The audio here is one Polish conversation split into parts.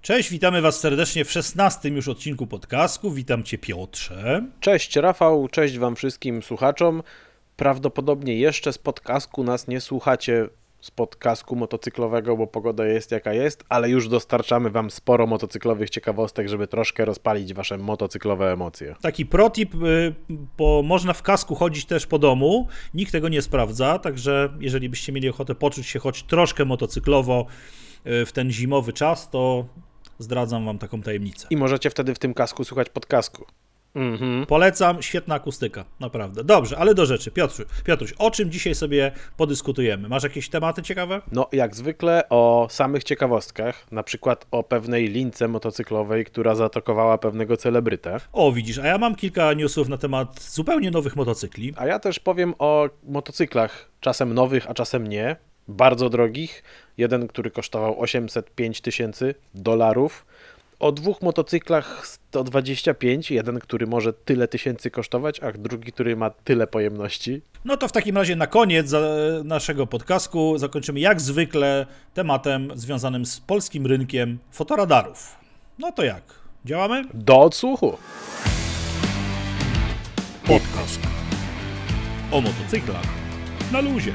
Cześć, witamy Was serdecznie w 16. już odcinku podcastu. Witam Cię, Piotrze. Cześć Rafał, cześć Wam wszystkim słuchaczom. Prawdopodobnie jeszcze z podcastu nas nie słuchacie, z podcastu motocyklowego, bo pogoda jest jaka jest, ale już dostarczamy Wam sporo motocyklowych ciekawostek, żeby troszkę rozpalić Wasze motocyklowe emocje. Taki protip, bo można w kasku chodzić też po domu, nikt tego nie sprawdza, także jeżeli byście mieli ochotę poczuć się choć troszkę motocyklowo w ten zimowy czas, to zdradzam Wam taką tajemnicę. I możecie wtedy w tym kasku słuchać podcastu. Polecam, świetna akustyka, naprawdę. Dobrze, ale do rzeczy. Piotruś, o czym dzisiaj sobie podyskutujemy? Masz jakieś tematy ciekawe? No, jak zwykle o samych ciekawostkach, na przykład o pewnej lince motocyklowej, która zaatakowała pewnego celebrytę. O, widzisz, a ja mam kilka newsów na temat zupełnie nowych motocykli. A ja też powiem o motocyklach, czasem nowych, a czasem nie, bardzo drogich. Jeden, który kosztował 805 tysięcy dolarów. O dwóch motocyklach 125, jeden, który może tyle tysięcy kosztować, a drugi, który ma tyle pojemności. No to w takim razie na koniec naszego podcastu zakończymy jak zwykle tematem związanym z polskim rynkiem fotoradarów. No to jak? Działamy? Do odsłuchu! Podcast o motocyklach na luzie.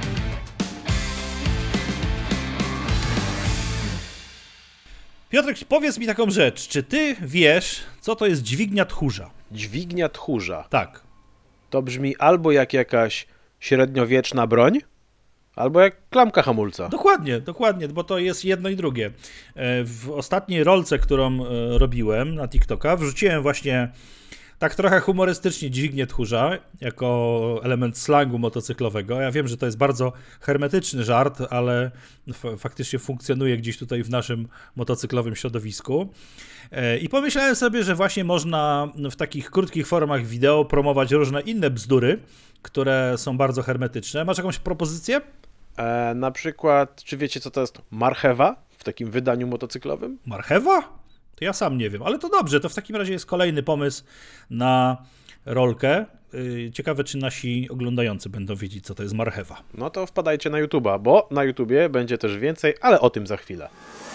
Piotrek, powiedz mi taką rzecz, czy ty wiesz, co to jest dźwignia tchórza? Dźwignia tchórza. Tak. To brzmi albo jak jakaś średniowieczna broń, albo jak klamka hamulca. Dokładnie, bo to jest jedno i drugie. W ostatniej rolce, którą robiłem na TikToka, wrzuciłem właśnie tak trochę humorystycznie dźwignię tchórza jako element slangu motocyklowego. Ja wiem, że to jest bardzo hermetyczny żart, ale faktycznie funkcjonuje gdzieś tutaj w naszym motocyklowym środowisku. I pomyślałem sobie, że właśnie można w takich krótkich formach wideo promować różne inne bzdury, które są bardzo hermetyczne. Masz jakąś propozycję? Na przykład, czy wiecie, co to jest marchewa w takim wydaniu motocyklowym? Marchewa? To ja sam nie wiem, ale to dobrze, to w takim razie jest kolejny pomysł na rolkę. Ciekawe, czy nasi oglądający będą wiedzieć, co to jest marchewa. No to wpadajcie na YouTube'a, bo na YouTubie będzie też więcej, ale o tym za chwilę.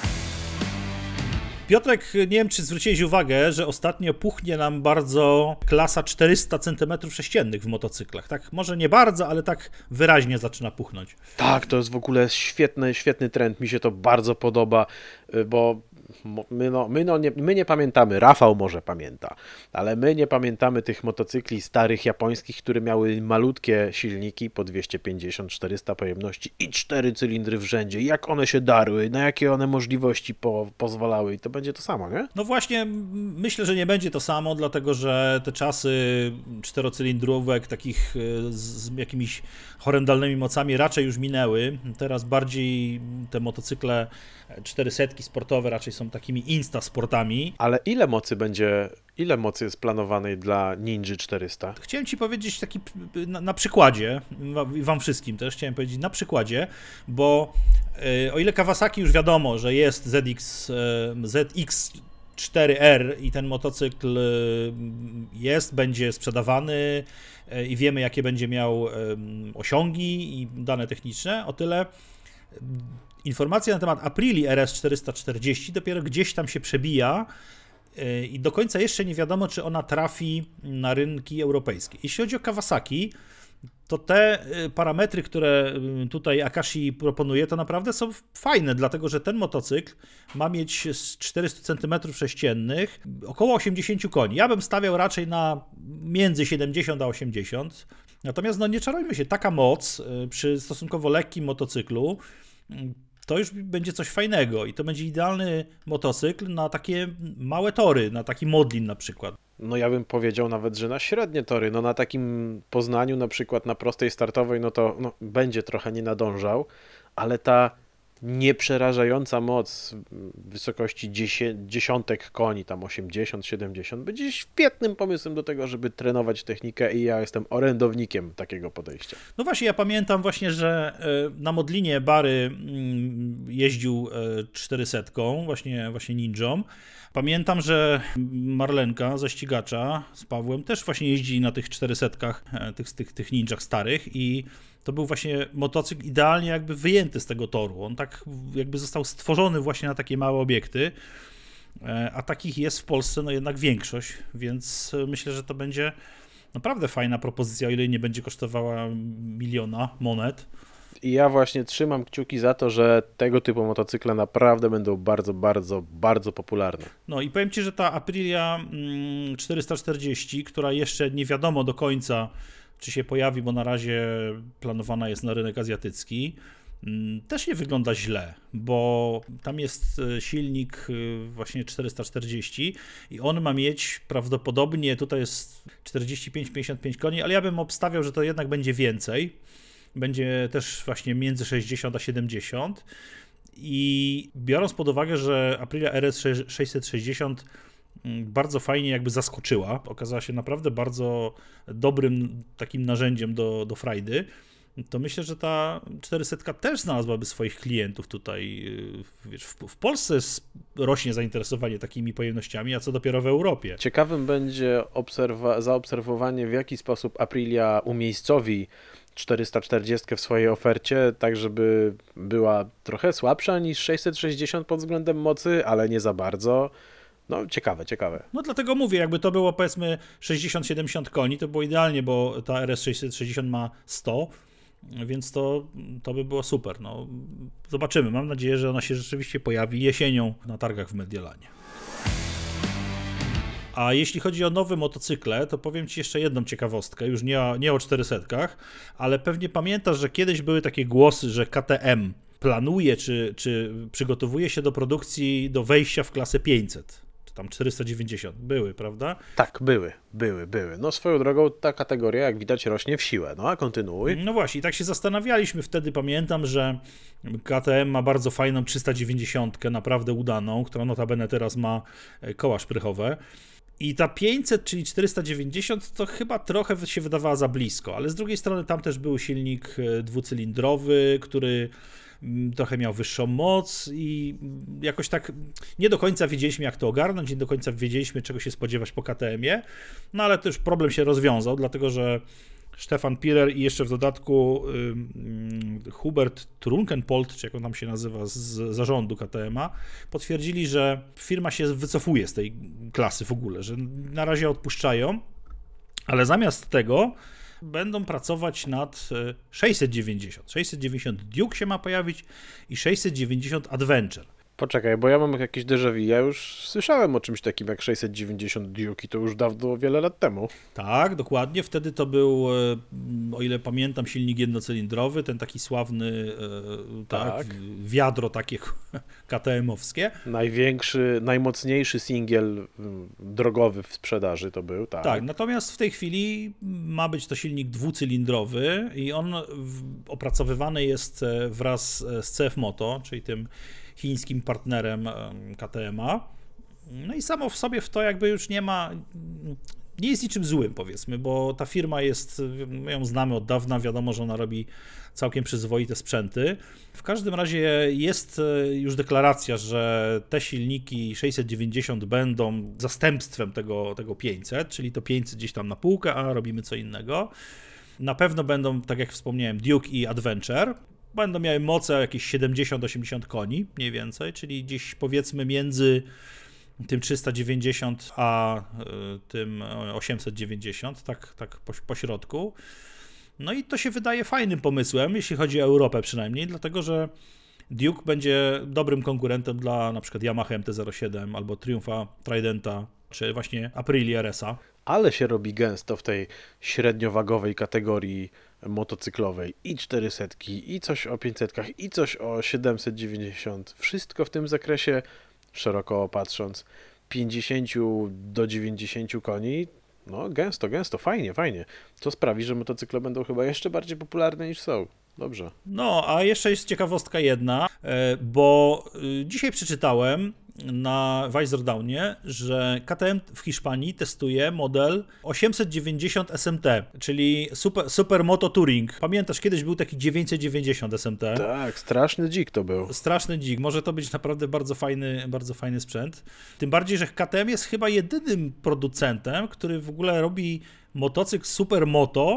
Piotrek, nie wiem, czy zwróciłeś uwagę, że ostatnio puchnie nam bardzo klasa 400 cm3 w motocyklach. Tak, może nie bardzo, ale tak wyraźnie zaczyna puchnąć. Tak, to jest w ogóle świetny trend, mi się to bardzo podoba, bo my nie pamiętamy, Rafał może pamięta, ale my nie pamiętamy tych motocykli starych japońskich, które miały malutkie silniki po 250-400 pojemności i 4 cylindry w rzędzie. Jak one się darły, na jakie one możliwości pozwalały i to będzie to samo, nie? No właśnie, myślę, że nie będzie to samo, dlatego że te czasy czterocylindrówek takich z jakimiś horrendalnymi mocami raczej już minęły. Teraz bardziej te motocykle 400 sportowe raczej są takimi instasportami. Ale ile mocy jest planowanej dla Ninja 400? Chciałem Ci powiedzieć taki na przykładzie, Wam wszystkim też chciałem powiedzieć na przykładzie, bo o ile Kawasaki już wiadomo, że jest ZX4R i ten motocykl będzie sprzedawany i wiemy, jakie będzie miał osiągi i dane techniczne, o tyle informacja na temat Aprilia RS440 dopiero gdzieś tam się przebija i do końca jeszcze nie wiadomo, czy ona trafi na rynki europejskie. Jeśli chodzi o Kawasaki, to te parametry, które tutaj Akashi proponuje, to naprawdę są fajne, dlatego że ten motocykl ma mieć z 400 cm3 około 80 koni. Ja bym stawiał raczej na między 70 a 80. Natomiast no nie czarujmy się, taka moc przy stosunkowo lekkim motocyklu to już będzie coś fajnego i to będzie idealny motocykl na takie małe tory, na taki Modlin na przykład. No ja bym powiedział nawet, że na średnie tory, no na takim Poznaniu na przykład na prostej startowej, no to będzie trochę nie nadążał, ale ta nieprzerażająca moc w wysokości dziesiątek koni, tam 80-70, będzie świetnym pomysłem do tego, żeby trenować technikę i ja jestem orędownikiem takiego podejścia. No właśnie, ja pamiętam właśnie, że na Modlinie Bary jeździł 400, właśnie Ninją. Pamiętam, że Marlenka ze ścigacza z Pawłem też właśnie jeździli na tych 400, tych Ninjach starych i to był właśnie motocykl idealnie jakby wyjęty z tego toru. On tak jakby został stworzony właśnie na takie małe obiekty. a takich jest w Polsce no jednak większość, więc myślę, że to będzie naprawdę fajna propozycja, o ile nie będzie kosztowała 1 000 000 monet. I ja właśnie trzymam kciuki za to, że tego typu motocykle naprawdę będą bardzo, bardzo, bardzo popularne. No i powiem Ci, że ta Aprilia 440, która jeszcze nie wiadomo do końca, czy się pojawi, bo na razie planowana jest na rynek azjatycki, też nie wygląda źle, bo tam jest silnik właśnie 440 i on ma mieć prawdopodobnie, tutaj jest 45-55 koni, ale ja bym obstawiał, że to jednak będzie więcej. Będzie też właśnie między 60 a 70 i biorąc pod uwagę, że Aprilia RS 660 bardzo fajnie jakby zaskoczyła, okazała się naprawdę bardzo dobrym takim narzędziem do frajdy, to myślę, że ta 400 też znalazłaby swoich klientów tutaj. Wiesz, w Polsce rośnie zainteresowanie takimi pojemnościami, a co dopiero w Europie. Ciekawym będzie zaobserwowanie, w jaki sposób Aprilia umiejscowi 440 w swojej ofercie, tak żeby była trochę słabsza niż 660 pod względem mocy, ale nie za bardzo. No ciekawe. No dlatego mówię, jakby to było powiedzmy 60-70 koni, to było idealnie, bo ta RS 660 ma 100, więc to by było super. No, zobaczymy, mam nadzieję, że ona się rzeczywiście pojawi jesienią na targach w Mediolanie. A jeśli chodzi o nowe motocykle, to powiem Ci jeszcze jedną ciekawostkę, już nie o 400, ale pewnie pamiętasz, że kiedyś były takie głosy, że KTM planuje, czy przygotowuje się do produkcji, do wejścia w klasę 500, czy tam 490. Były, prawda? Tak, były. No swoją drogą ta kategoria, jak widać, rośnie w siłę. No a kontynuuj. No właśnie, i tak się zastanawialiśmy wtedy, pamiętam, że KTM ma bardzo fajną 390, naprawdę udaną, która notabene teraz ma koła szprychowe. I ta 500, czyli 490, to chyba trochę się wydawała za blisko, ale z drugiej strony tam też był silnik dwucylindrowy, który trochę miał wyższą moc i jakoś tak nie do końca wiedzieliśmy, jak to ogarnąć, nie do końca wiedzieliśmy, czego się spodziewać po KTM-ie, no ale też problem się rozwiązał, dlatego że Stefan Pirer i jeszcze w dodatku Hubert Trunkenpolt, czy jak on tam się nazywa, z zarządu KTM-a, potwierdzili, że firma się wycofuje z tej klasy w ogóle, że na razie odpuszczają, ale zamiast tego będą pracować nad 690. 690 Duke się ma pojawić i 690 Adventure. Poczekaj, bo ja mam jakieś déjà vu. Ja już słyszałem o czymś takim jak 690 Duke i to już dawno, wiele lat temu. Tak, dokładnie. Wtedy to był, o ile pamiętam, silnik jednocylindrowy, ten taki sławny, tak, wiadro takie KTM-owskie. Największy, najmocniejszy singiel drogowy w sprzedaży to był, tak. Tak, natomiast w tej chwili ma być to silnik dwucylindrowy i on opracowywany jest wraz z CF Moto, czyli tym chińskim partnerem KTM-a. No i samo w sobie w to jakby już nie jest niczym złym, powiedzmy, bo ta firma jest, my ją znamy od dawna, wiadomo, że ona robi całkiem przyzwoite sprzęty. W każdym razie jest już deklaracja, że te silniki 690 będą zastępstwem tego 500, czyli to 500 gdzieś tam na półkę, a robimy co innego. Na pewno będą, tak jak wspomniałem, Duke i Adventure. Będą miały moce jakieś 70-80 koni, mniej więcej, czyli gdzieś powiedzmy między tym 390 a tym 890, tak po środku. No i to się wydaje fajnym pomysłem, jeśli chodzi o Europę przynajmniej, dlatego że Duke będzie dobrym konkurentem dla na przykład Yamaha MT-07 albo Triumpha Tridenta, czy właśnie Aprilia RS-a. Ale się robi gęsto w tej średniowagowej kategorii motocyklowej. I 400, i coś o 500, i coś o 790. Wszystko w tym zakresie, szeroko patrząc, 50 do 90 koni. No gęsto, fajnie. To sprawi, że motocykle będą chyba jeszcze bardziej popularne niż są. Dobrze. No, a jeszcze jest ciekawostka jedna, bo dzisiaj przeczytałem na Weisserdownie, że KTM w Hiszpanii testuje model 890 SMT, czyli Super Moto Touring. Pamiętasz, kiedyś był taki 990 SMT? Tak, straszny dzik to był. Straszny dzik. Może to być naprawdę bardzo fajny sprzęt. Tym bardziej, że KTM jest chyba jedynym producentem, który w ogóle robi motocykl Super Moto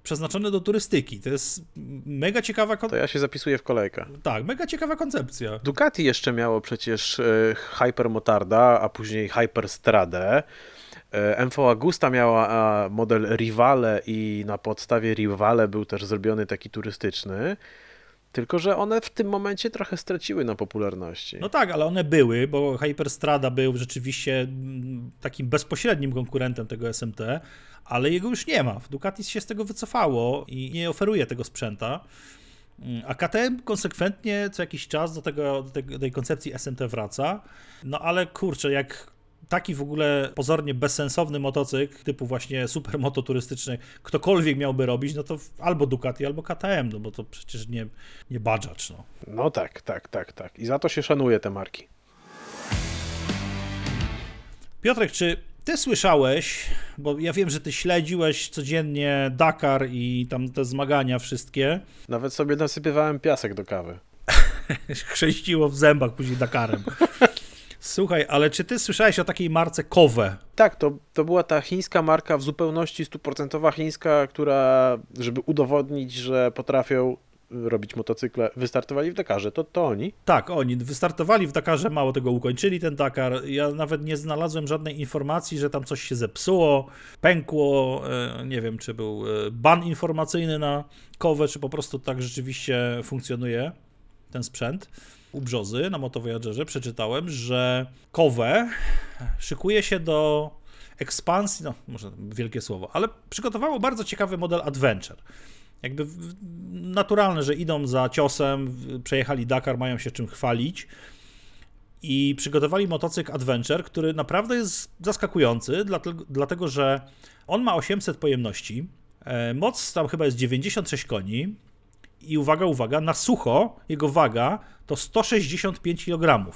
przeznaczone do turystyki. To jest mega ciekawa To ja się zapisuję w kolejkę. Tak, mega ciekawa koncepcja. Ducati jeszcze miało przecież Hypermotarda, a później Hyperstradę. MV Agusta miała model Rivale i na podstawie Rivale był też zrobiony taki turystyczny. Tylko że one w tym momencie trochę straciły na popularności. No tak, ale one były, bo Hyperstrada był rzeczywiście takim bezpośrednim konkurentem tego SMT, ale jego już nie ma. Ducati się z tego wycofało i nie oferuje tego sprzęta. A KTM konsekwentnie co jakiś czas do tej koncepcji SMT wraca. No ale kurczę, jak taki w ogóle pozornie bezsensowny motocykl typu właśnie supermoto turystyczny ktokolwiek miałby robić, no to albo Ducati, albo KTM, no bo to przecież nie Bajaj, no. No tak. I za to się szanuje te marki. Piotrek, czy ty słyszałeś, bo ja wiem, że ty śledziłeś codziennie Dakar i tam te zmagania wszystkie. Nawet sobie nasypywałem piasek do kawy. Chrzęściło w zębach później Dakarem. Słuchaj, ale czy ty słyszałeś o takiej marce Kowe? Tak, to była ta chińska marka w zupełności 100% chińska, która, żeby udowodnić, że potrafią robić motocykle, wystartowali w Dakarze. To oni? Tak, oni wystartowali w Dakarze, mało tego ukończyli ten Dakar. Ja nawet nie znalazłem żadnej informacji, że tam coś się zepsuło, pękło, nie wiem, czy był ban informacyjny na Kowę, czy po prostu tak rzeczywiście funkcjonuje ten sprzęt. U Brzozy na Motovoyagerze przeczytałem, że Kowe szykuje się do ekspansji, no może wielkie słowo, ale przygotowało bardzo ciekawy model Adventure. Jakby naturalne, że idą za ciosem, przejechali Dakar, mają się czym chwalić i przygotowali motocykl Adventure, który naprawdę jest zaskakujący, dlatego że on ma 800 pojemności, moc tam chyba jest 96 koni i uwaga, na sucho jego waga to 165 kg.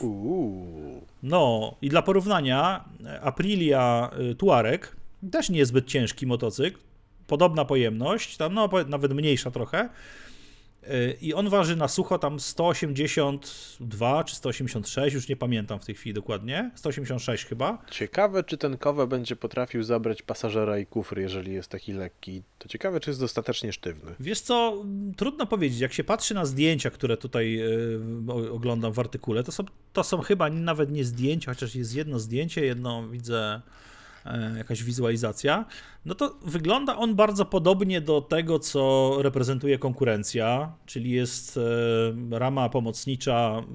No i dla porównania Aprilia Tuareg, też niezbyt ciężki motocykl, podobna pojemność, tam no, nawet mniejsza trochę i on waży na sucho tam 182 czy 186, już nie pamiętam w tej chwili dokładnie, 186 chyba. Ciekawe, czy ten Kowe będzie potrafił zabrać pasażera i kufry, jeżeli jest taki lekki. To ciekawe, czy jest dostatecznie sztywny. Wiesz co, trudno powiedzieć, jak się patrzy na zdjęcia, które tutaj oglądam w artykule, to są chyba nawet nie zdjęcia, chociaż jest jedno zdjęcie, jedno widzę jakaś wizualizacja, no to wygląda on bardzo podobnie do tego, co reprezentuje konkurencja, czyli jest rama pomocnicza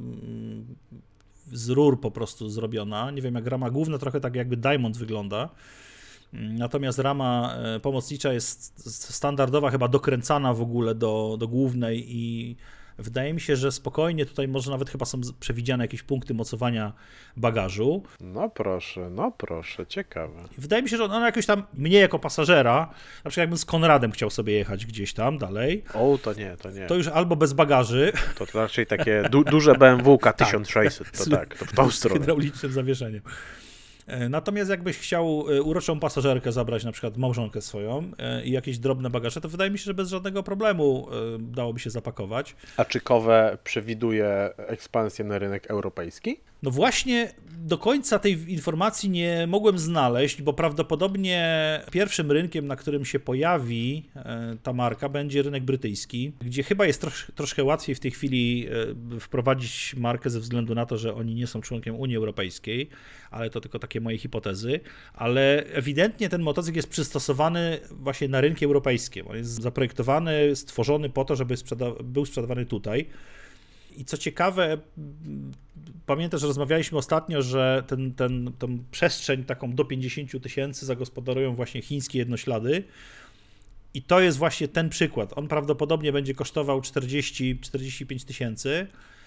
z rur po prostu zrobiona. Nie wiem, jak rama główna, trochę tak jakby Diamond wygląda. Natomiast rama pomocnicza jest standardowa, chyba dokręcana w ogóle do głównej i wydaje mi się, że spokojnie tutaj może nawet chyba są przewidziane jakieś punkty mocowania bagażu. No proszę, ciekawe. Wydaje mi się, że ona jakoś tam, mnie jako pasażera, na przykład jakbym z Konradem chciał sobie jechać gdzieś tam dalej. O, to nie. To już albo bez bagaży. To raczej takie duże BMW K1600, to tak, to w tą z stronę. hydraulicznym zawieszeniem. Natomiast jakbyś chciał uroczą pasażerkę zabrać, na przykład małżonkę swoją i jakieś drobne bagaże, to wydaje mi się, że bez żadnego problemu dałoby się zapakować. A czy Kowe przewiduje ekspansję na rynek europejski? No właśnie do końca tej informacji nie mogłem znaleźć, bo prawdopodobnie pierwszym rynkiem, na którym się pojawi ta marka, będzie rynek brytyjski, gdzie chyba jest troszkę łatwiej w tej chwili wprowadzić markę ze względu na to, że oni nie są członkiem Unii Europejskiej, ale to tylko takie moje hipotezy, ale ewidentnie ten motocykl jest przystosowany właśnie na rynki europejskie. On jest zaprojektowany, stworzony po to, żeby był sprzedawany tutaj. I co ciekawe, pamiętasz, że rozmawialiśmy ostatnio, że tą przestrzeń taką do 50 000 zagospodarują właśnie chińskie jednoślady i to jest właśnie ten przykład. On prawdopodobnie będzie kosztował 40-45 tysięcy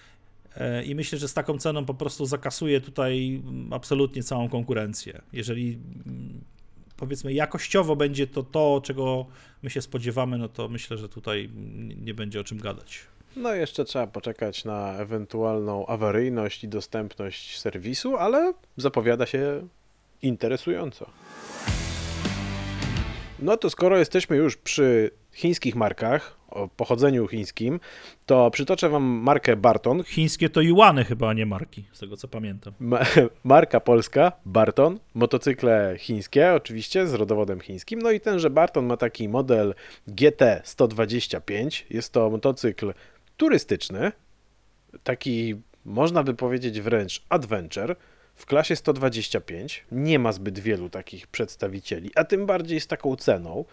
i myślę, że z taką ceną po prostu zakasuje tutaj absolutnie całą konkurencję. Jeżeli powiedzmy jakościowo będzie to, czego my się spodziewamy, no to myślę, że tutaj nie będzie o czym gadać. No jeszcze trzeba poczekać na ewentualną awaryjność i dostępność serwisu, ale zapowiada się interesująco. No to skoro jesteśmy już przy chińskich markach o pochodzeniu chińskim, to przytoczę wam markę Barton. Chińskie to juany chyba, a nie marki, z tego co pamiętam. Marka polska, Barton, motocykle chińskie, oczywiście z rodowodem chińskim. No i tenże Barton ma taki model GT125. Jest to motocykl turystyczny, taki można by powiedzieć wręcz adventure, w klasie 125. Nie ma zbyt wielu takich przedstawicieli, a tym bardziej z taką ceną.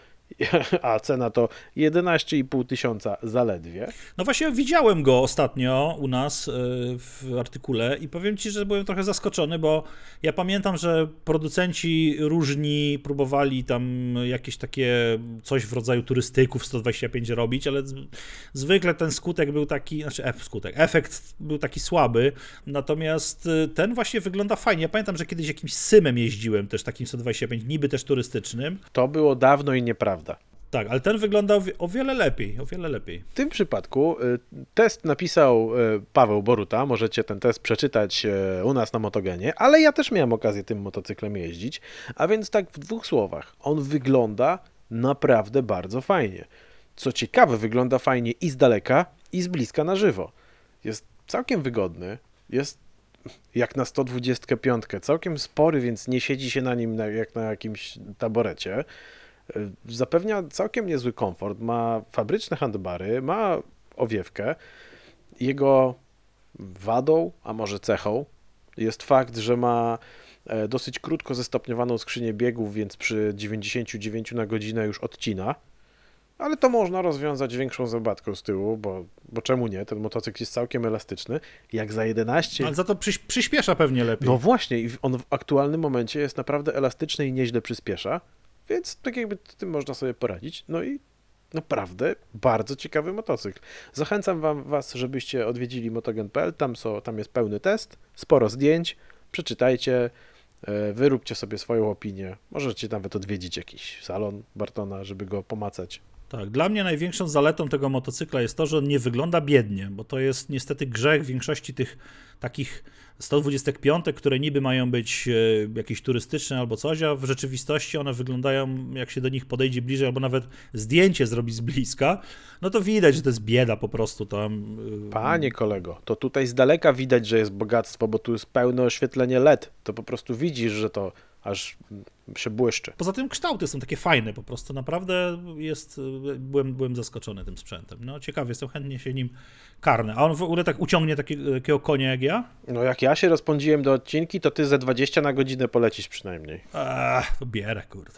A cena to 11,5 tysiąca zaledwie. No właśnie widziałem go ostatnio u nas w artykule i powiem ci, że byłem trochę zaskoczony, bo ja pamiętam, że producenci różni próbowali tam jakieś takie coś w rodzaju turystyków 125 robić, ale zwykle ten skutek był taki, efekt był taki słaby, natomiast ten właśnie wygląda fajnie. Ja pamiętam, że kiedyś jakimś Symem jeździłem też takim 125, niby też turystycznym. To było dawno i nieprawda. Tak, ale ten wygląda o wiele lepiej, o wiele lepiej. W tym przypadku test napisał Paweł Boruta, możecie ten test przeczytać u nas na Motogenie, ale ja też miałem okazję tym motocyklem jeździć, a więc tak w 2 słowach, on wygląda naprawdę bardzo fajnie. Co ciekawe, wygląda fajnie i z daleka, i z bliska na żywo. Jest całkiem wygodny, jest jak na 125, całkiem spory, więc nie siedzi się na nim jak na jakimś taborecie. Zapewnia całkiem niezły komfort, ma fabryczne handbary, ma owiewkę. Jego wadą, a może cechą, jest fakt, że ma dosyć krótko zestopniowaną skrzynię biegów, więc przy 99 na godzinę już odcina. Ale to można rozwiązać większą zębatką z tyłu, bo czemu nie? Ten motocykl jest całkiem elastyczny. Jak za 11... Ale za to przyspiesza pewnie lepiej. No właśnie, i on w aktualnym momencie jest naprawdę elastyczny i nieźle przyspiesza. Więc tak jakby z tym można sobie poradzić. No i naprawdę bardzo ciekawy motocykl. Zachęcam was, żebyście odwiedzili motogen.pl. Tam jest pełny test, sporo zdjęć. Przeczytajcie, wyróbcie sobie swoją opinię. Możecie nawet odwiedzić jakiś salon Bartona, żeby go pomacać. Tak, dla mnie największą zaletą tego motocykla jest to, że on nie wygląda biednie, bo to jest niestety grzech większości tych takich 125, które niby mają być jakieś turystyczne albo coś, a w rzeczywistości one wyglądają, jak się do nich podejdzie bliżej, albo nawet zdjęcie zrobi z bliska, no to widać, że to jest bieda po prostu tam. Panie kolego, to tutaj z daleka widać, że jest bogactwo, bo tu jest pełne oświetlenie LED. To po prostu widzisz, że to aż się błyszczy. Poza tym kształty są takie fajne, po prostu naprawdę byłem zaskoczony tym sprzętem. No ciekawy jestem, chętnie się nim karnę. A on w ogóle tak uciągnie takiego konia jak ja? No jak ja się rozpędziłem do odcinki, to ty ze 20 na godzinę polecisz przynajmniej. To bierę, kurde.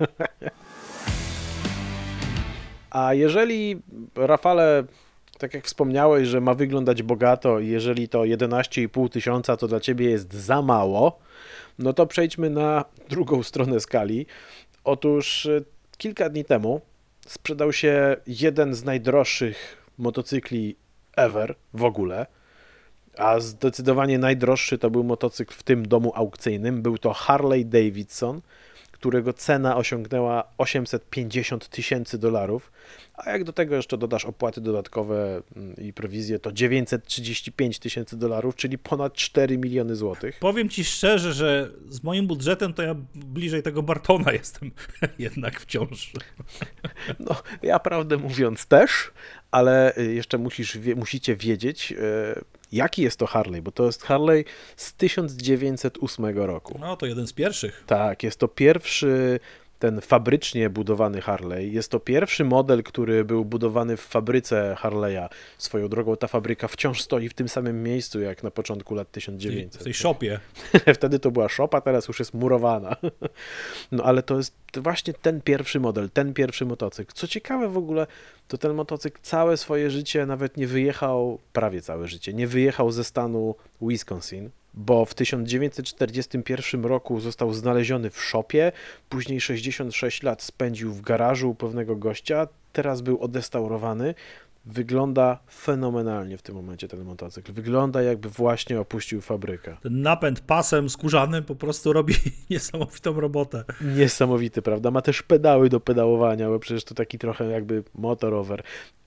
A jeżeli, Rafale, tak jak wspomniałeś, że ma wyglądać bogato i jeżeli to 11,5 tysiąca to dla ciebie jest za mało, no to przejdźmy na drugą stronę skali. Otóż kilka dni temu sprzedał się jeden z najdroższych motocykli ever w ogóle, a zdecydowanie najdroższy to był motocykl w tym domu aukcyjnym. Był to Harley Davidson, którego cena osiągnęła $850,000, a jak do tego jeszcze dodasz opłaty dodatkowe i prowizje, to $935,000, czyli ponad 4 miliony złotych. Powiem ci szczerze, że z moim budżetem to ja bliżej tego Bartona jestem jednak wciąż. No, ja prawdę mówiąc też, ale jeszcze musicie wiedzieć, jaki jest to Harley, bo to jest Harley z 1908 roku. No, to jeden z pierwszych. Tak, jest to pierwszy ten fabrycznie budowany Harley. Jest to pierwszy model, który był budowany w fabryce Harley'a. Swoją drogą ta fabryka wciąż stoi w tym samym miejscu, jak na początku lat 1900. W tej szopie. Wtedy to była szopa, teraz już jest murowana. No ale to jest właśnie ten pierwszy model, ten pierwszy motocykl. Co ciekawe w ogóle, to ten motocykl całe swoje życie nawet nie wyjechał, prawie całe życie, nie wyjechał ze stanu Wisconsin, bo w 1941 roku został znaleziony w szopie, później 66 lat spędził w garażu u pewnego gościa, teraz był odrestaurowany. Wygląda fenomenalnie w tym momencie ten motocykl. Wygląda jakby właśnie opuścił fabrykę. Ten napęd pasem skórzanym po prostu robi niesamowitą robotę. Niesamowity, prawda? Ma też pedały do pedałowania, bo przecież to taki trochę jakby motorower.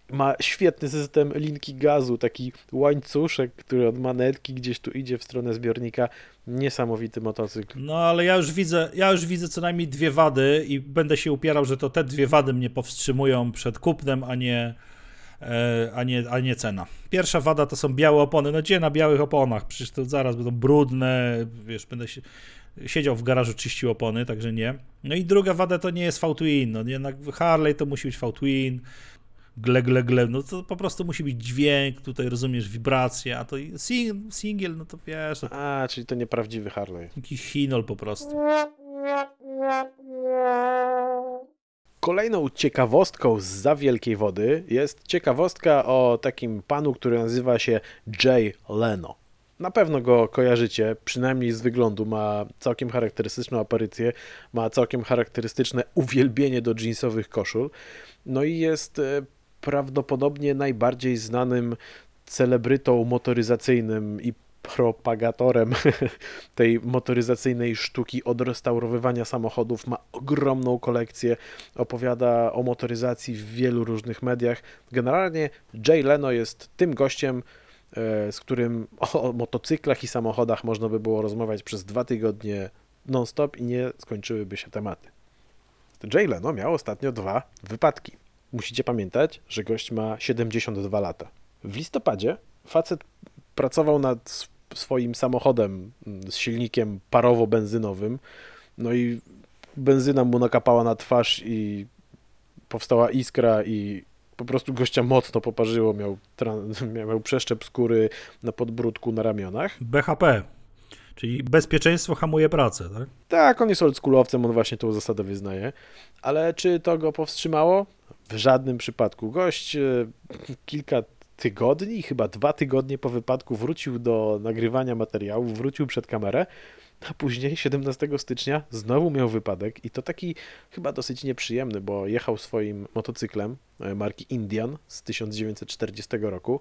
Ma świetny system linki gazu, taki łańcuszek, który od manetki gdzieś tu idzie w stronę zbiornika. Niesamowity motocykl. No ale ja już widzę co najmniej dwie wady i będę się upierał, że to te dwie wady mnie powstrzymują przed kupnem, a nie cena. Pierwsza wada to są białe opony. No gdzie na białych oponach? Przecież to zaraz będą brudne, wiesz, będę siedział w garażu, czyścił opony, także nie. No i druga wada to nie jest V-twin. No jednak Harley to musi być V-twin. Gle, no to po prostu musi być dźwięk, tutaj rozumiesz, wibracje, a to singiel, no to wiesz, to Czyli to nieprawdziwy Harley. jakiś chinol po prostu. Kolejną ciekawostką zza wielkiej wody jest ciekawostka o takim panu, który nazywa się Jay Leno. Na pewno go kojarzycie, przynajmniej z wyglądu. Ma całkiem charakterystyczną aparycję, ma całkiem charakterystyczne uwielbienie do jeansowych koszul. No i jest prawdopodobnie najbardziej znanym celebrytą motoryzacyjnym i propagatorem tej motoryzacyjnej sztuki odrestaurowywania samochodów. Ma ogromną kolekcję, opowiada o motoryzacji w wielu różnych mediach. Generalnie Jay Leno jest tym gościem, z którym o motocyklach i samochodach można by było rozmawiać przez 2 tygodnie non-stop i nie skończyłyby się tematy. Jay Leno miał ostatnio 2 wypadki. Musicie pamiętać, że gość ma 72 lata. W listopadzie facet pracował nad swoim samochodem z silnikiem parowo-benzynowym, no i benzyna mu nakapała na twarz i powstała iskra i po prostu gościa mocno poparzyło, miał przeszczep skóry na podbródku, na ramionach. BHP, czyli bezpieczeństwo hamuje pracę, tak? Tak, on jest oldschoolowcem, on właśnie tą zasadę wyznaje, ale czy to go powstrzymało? W żadnym przypadku. Gość kilka tygodni, chyba 2 tygodnie po wypadku wrócił do nagrywania materiału, wrócił przed kamerę, a później 17 stycznia znowu miał wypadek i to taki chyba dosyć nieprzyjemny, bo jechał swoim motocyklem marki Indian z 1940 roku.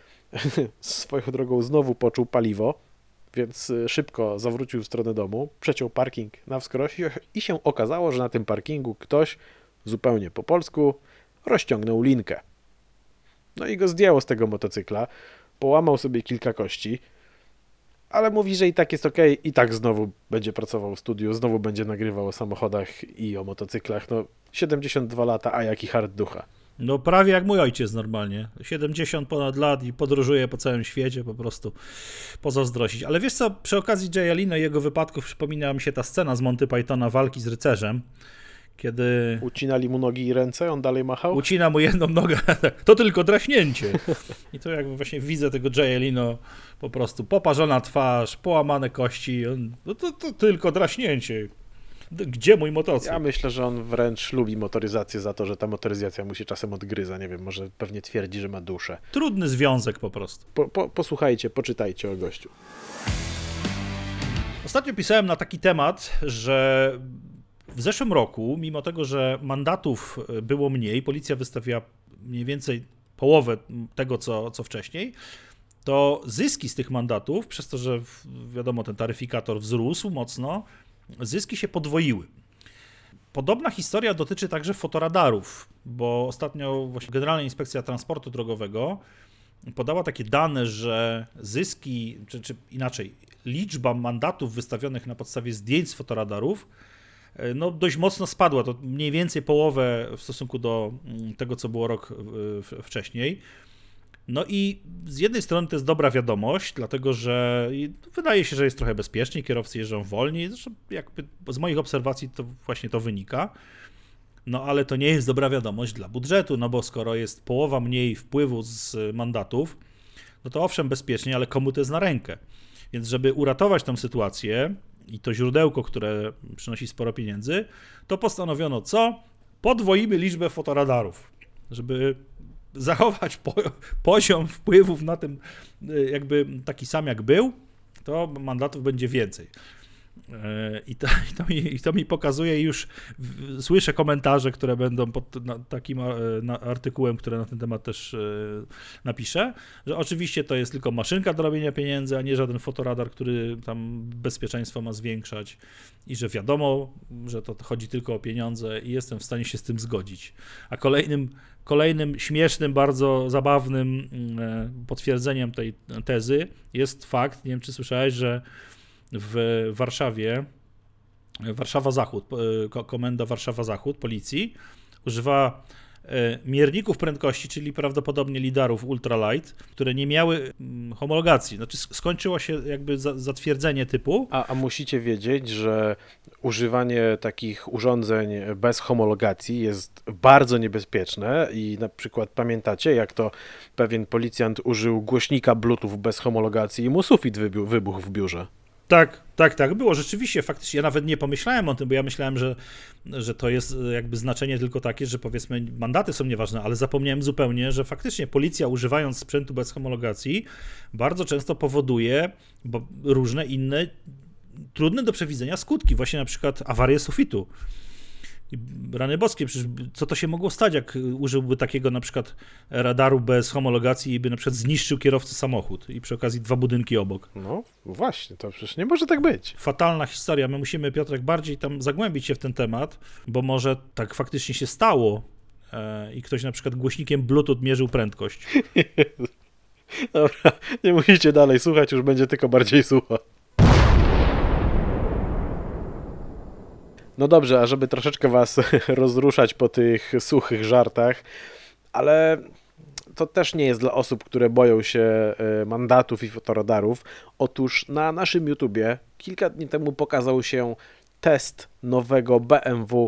Swoją drogą znowu poczuł paliwo, więc szybko zawrócił w stronę domu, przeciął parking na wskroś i się okazało, że na tym parkingu ktoś zupełnie po polsku rozciągnął linkę. No i go zdjęło z tego motocykla, połamał sobie kilka kości, ale mówi, że i tak jest okej, i tak znowu będzie pracował w studiu, znowu będzie nagrywał o samochodach i o motocyklach. No 72 lata, a jaki hard ducha. No prawie jak mój ojciec normalnie. 70 ponad lat i podróżuje po całym świecie, po prostu pozazdrościć. Ale wiesz co, przy okazji Jaya Leno i jego wypadków przypomina mi się ta scena z Monty Pythona, walki z rycerzem, kiedy Ucinali mu nogi i ręce, on dalej machał? ucina mu jedną nogę, to tylko draśnięcie. I to jakby właśnie widzę tego Jaya Leno, po prostu poparzona twarz, połamane kości, no to tylko draśnięcie. Gdzie mój motocykl? Ja myślę, że on wręcz lubi motoryzację za to, że ta motoryzacja mu się czasem odgryza. Nie wiem, może pewnie twierdzi, że ma duszę. Trudny związek po prostu. Posłuchajcie, poczytajcie o gościu. Ostatnio pisałem na taki temat, że w zeszłym roku, mimo tego, że mandatów było mniej, policja wystawiła mniej więcej połowę tego, co wcześniej, to zyski z tych mandatów, przez to, że wiadomo, ten taryfikator wzrósł mocno, zyski się podwoiły. Podobna historia dotyczy także fotoradarów, bo ostatnio właśnie Generalna Inspekcja Transportu Drogowego podała takie dane, że zyski, czy inaczej, liczba mandatów wystawionych na podstawie zdjęć z fotoradarów no dość mocno spadła, to mniej więcej połowę w stosunku do tego, co było rok wcześniej. No i z jednej strony to jest dobra wiadomość, dlatego że wydaje się, że jest trochę bezpieczniej, kierowcy jeżdżą wolniej, zresztą jakby z moich obserwacji to właśnie to wynika. No ale to nie jest dobra wiadomość dla budżetu, no bo skoro jest połowa mniej wpływu z mandatów, no to owszem bezpiecznie, ale komu to jest na rękę? Więc żeby uratować tę sytuację i to źródełko, które przynosi sporo pieniędzy, to postanowiono co? Podwoimy liczbę fotoradarów, żeby zachować poziom wpływów na tym jakby taki sam jak był, to mandatów będzie więcej. I to mi pokazuje już, słyszę komentarze, które będą pod takim artykułem, który na ten temat też napiszę, że oczywiście to jest tylko maszynka do robienia pieniędzy, a nie żaden fotoradar, który tam bezpieczeństwo ma zwiększać i że wiadomo, że to chodzi tylko o pieniądze i jestem w stanie się z tym zgodzić. A kolejnym śmiesznym, bardzo zabawnym potwierdzeniem tej tezy jest fakt, nie wiem czy słyszałeś, że w Warszawie, Warszawa Zachód, komenda Warszawa Zachód, policji, używa mierników prędkości, czyli prawdopodobnie lidarów ultralight, które nie miały homologacji. Znaczy skończyło się jakby zatwierdzenie typu. A musicie wiedzieć, że używanie takich urządzeń bez homologacji jest bardzo niebezpieczne i na przykład pamiętacie, jak to pewien policjant użył głośnika Bluetooth bez homologacji i mu sufit wybuchł w biurze. Tak, było rzeczywiście, faktycznie, ja nawet nie pomyślałem o tym, bo ja myślałem, że to jest jakby znaczenie tylko takie, że powiedzmy mandaty są nieważne, ale zapomniałem zupełnie, że faktycznie policja używając sprzętu bez homologacji bardzo często powoduje różne inne trudne do przewidzenia skutki, właśnie na przykład awarię sufitu. Rany boskie, przecież co to się mogło stać, jak użyłby takiego na przykład radaru bez homologacji i by na przykład zniszczył kierowcy samochód i przy okazji 2 budynki obok. No właśnie, to przecież nie może tak być. Fatalna historia, my musimy, Piotrek, bardziej tam zagłębić się w ten temat, bo może tak faktycznie się stało i ktoś na przykład głośnikiem Bluetooth mierzył prędkość. Dobra, nie musicie dalej słuchać, już będzie tylko bardziej sucho. No dobrze, a żeby troszeczkę was rozruszać po tych suchych żartach, ale to też nie jest dla osób, które boją się mandatów i fotoradarów. Otóż na naszym YouTubie kilka dni temu pokazał się test nowego BMW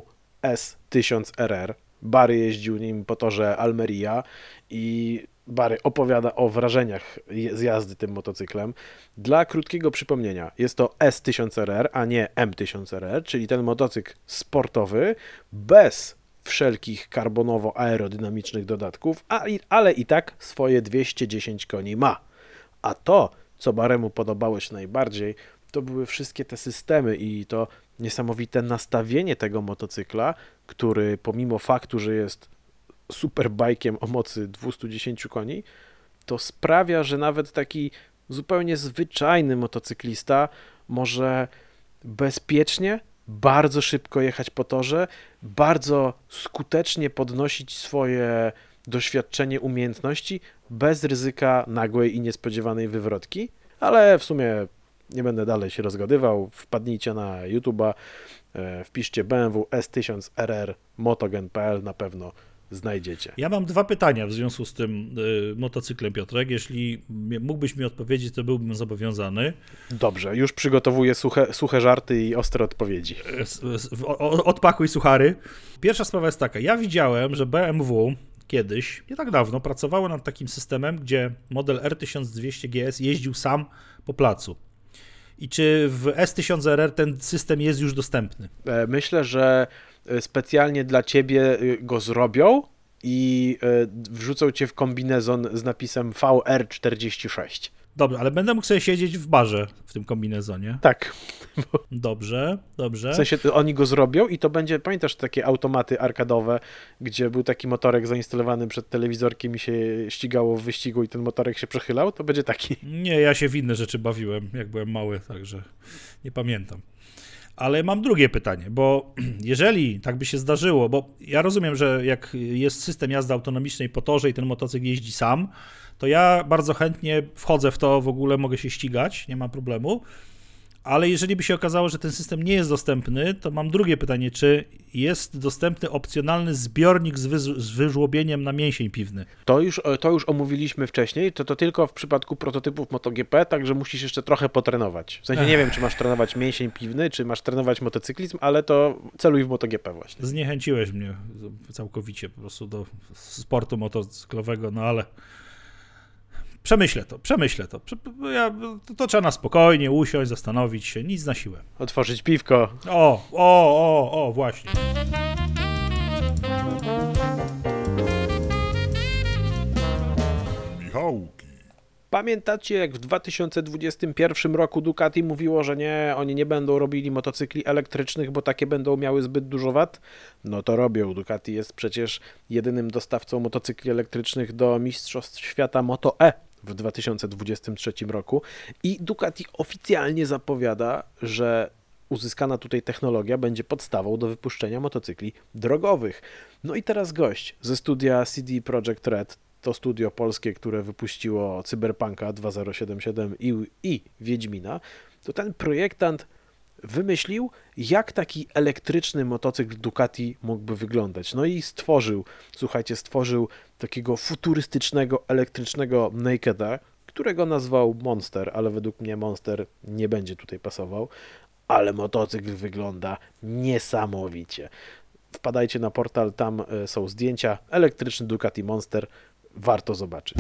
S1000RR. Barry jeździł nim po torze Almeria i Barry opowiada o wrażeniach z jazdy tym motocyklem. Dla krótkiego przypomnienia, jest to S1000RR, a nie M1000RR, czyli ten motocykl sportowy, bez wszelkich karbonowo-aerodynamicznych dodatków, ale i tak swoje 210 koni ma. A to, co Barremu podobało się najbardziej, to były wszystkie te systemy i to niesamowite nastawienie tego motocykla, który pomimo faktu, że jest superbajkiem o mocy 210 koni, to sprawia, że nawet taki zupełnie zwyczajny motocyklista może bezpiecznie, bardzo szybko jechać po torze, bardzo skutecznie podnosić swoje doświadczenie, umiejętności bez ryzyka nagłej i niespodziewanej wywrotki, ale w sumie nie będę dalej się rozgadywał, wpadnijcie na YouTube'a, wpiszcie BMW S1000RR motogen.pl, na pewno znajdziecie. Ja mam 2 pytania w związku z tym motocyklem, Piotrek. Jeśli mógłbyś mi odpowiedzieć, to byłbym zobowiązany. Dobrze, już przygotowuję suche żarty i ostre odpowiedzi. Odpakuj suchary. Pierwsza sprawa jest taka. Ja widziałem, że BMW kiedyś, nie tak dawno, pracowało nad takim systemem, gdzie model R1200 GS jeździł sam po placu. I czy w S1000RR ten system jest już dostępny? Myślę, że specjalnie dla ciebie go zrobią i wrzucą cię w kombinezon z napisem VR46. Dobrze, ale będę mógł sobie siedzieć w barze w tym kombinezonie. Tak. Dobrze. W sensie oni go zrobią i to będzie, pamiętasz takie automaty arkadowe, gdzie był taki motorek zainstalowany przed telewizorkiem i się ścigało w wyścigu i ten motorek się przechylał? To będzie taki. Nie, ja się w inne rzeczy bawiłem, jak byłem mały, także nie pamiętam. Ale mam drugie pytanie, bo jeżeli tak by się zdarzyło, bo ja rozumiem, że jak jest system jazdy autonomicznej po torze i ten motocykl jeździ sam, to ja bardzo chętnie wchodzę w to, w ogóle mogę się ścigać, nie ma problemu, ale jeżeli by się okazało, że ten system nie jest dostępny, to mam drugie pytanie, czy jest dostępny opcjonalny zbiornik z wyżłobieniem na mięsień piwny? To już omówiliśmy wcześniej, to tylko w przypadku prototypów MotoGP, także musisz jeszcze trochę potrenować. W sensie nie wiem, czy masz trenować mięsień piwny, czy masz trenować motocyklizm, ale to celuj w MotoGP właśnie. Zniechęciłeś mnie całkowicie po prostu do sportu motocyklowego, no ale... Przemyślę to. To trzeba na spokojnie usiąść, zastanowić się, nic na siłę. Otworzyć piwko. O, właśnie. Michałki. Pamiętacie, jak w 2021 roku Ducati mówiło, że nie, oni nie będą robili motocykli elektrycznych, bo takie będą miały zbyt dużo wat? No to robią. Ducati jest przecież jedynym dostawcą motocykli elektrycznych do Mistrzostw Świata Moto E w 2023 roku i Ducati oficjalnie zapowiada, że uzyskana tutaj technologia będzie podstawą do wypuszczenia motocykli drogowych. No i teraz gość ze studia CD Projekt Red, to studio polskie, które wypuściło Cyberpunka 2077 i Wiedźmina, to ten projektant wymyślił, jak taki elektryczny motocykl Ducati mógłby wyglądać. No i stworzył takiego futurystycznego, elektrycznego Nakeda, którego nazwał Monster, ale według mnie Monster nie będzie tutaj pasował, ale motocykl wygląda niesamowicie. Wpadajcie na portal, tam są zdjęcia. Elektryczny Ducati Monster, warto zobaczyć.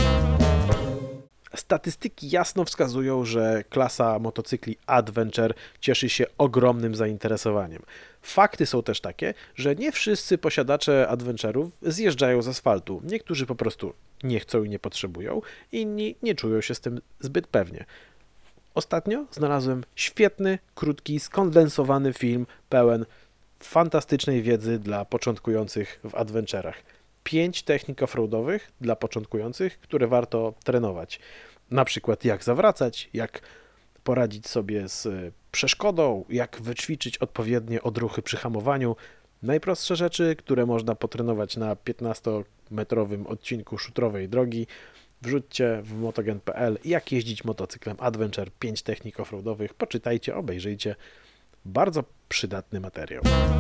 Statystyki jasno wskazują, że klasa motocykli Adventure cieszy się ogromnym zainteresowaniem. Fakty są też takie, że nie wszyscy posiadacze Adventure'ów zjeżdżają z asfaltu. Niektórzy po prostu nie chcą i nie potrzebują, inni nie czują się z tym zbyt pewnie. Ostatnio znalazłem świetny, krótki, skondensowany film pełen fantastycznej wiedzy dla początkujących w adventurach. 5 technik offroadowych dla początkujących, które warto trenować. Na przykład jak zawracać, jak poradzić sobie z przeszkodą, jak wyćwiczyć odpowiednie odruchy przy hamowaniu. Najprostsze rzeczy, które można potrenować na 15-metrowym odcinku szutrowej drogi. Wrzućcie w motogen.pl jak jeździć motocyklem Adventure, 5 technik offroadowych. Poczytajcie, obejrzyjcie. Bardzo przydatny materiał.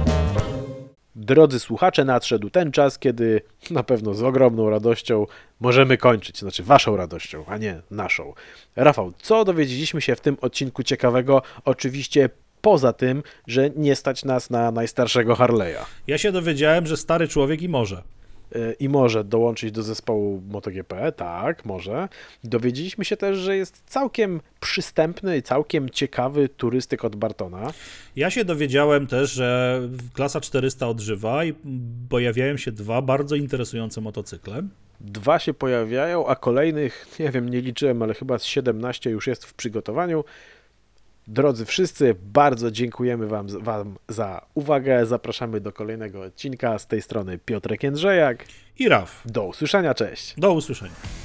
Drodzy słuchacze, nadszedł ten czas, kiedy na pewno z ogromną radością możemy kończyć. Znaczy waszą radością, a nie naszą. Rafał, co dowiedzieliśmy się w tym odcinku ciekawego? Oczywiście poza tym, że nie stać nas na najstarszego Harley'a. Ja się dowiedziałem, że stary człowiek i może. I może dołączyć do zespołu MotoGP, tak, może. Dowiedzieliśmy się też, że jest całkiem przystępny i całkiem ciekawy turystyk od Bartona. Ja się dowiedziałem też, że klasa 400 odżywa i pojawiają się 2 bardzo interesujące motocykle. 2 się pojawiają, a kolejnych, nie wiem, nie liczyłem, ale chyba z 17 już jest w przygotowaniu. Drodzy wszyscy, bardzo dziękujemy wam za uwagę. Zapraszamy do kolejnego odcinka. Z tej strony Piotrek Jędrzejak. I Raf. Do usłyszenia, cześć. Do usłyszenia.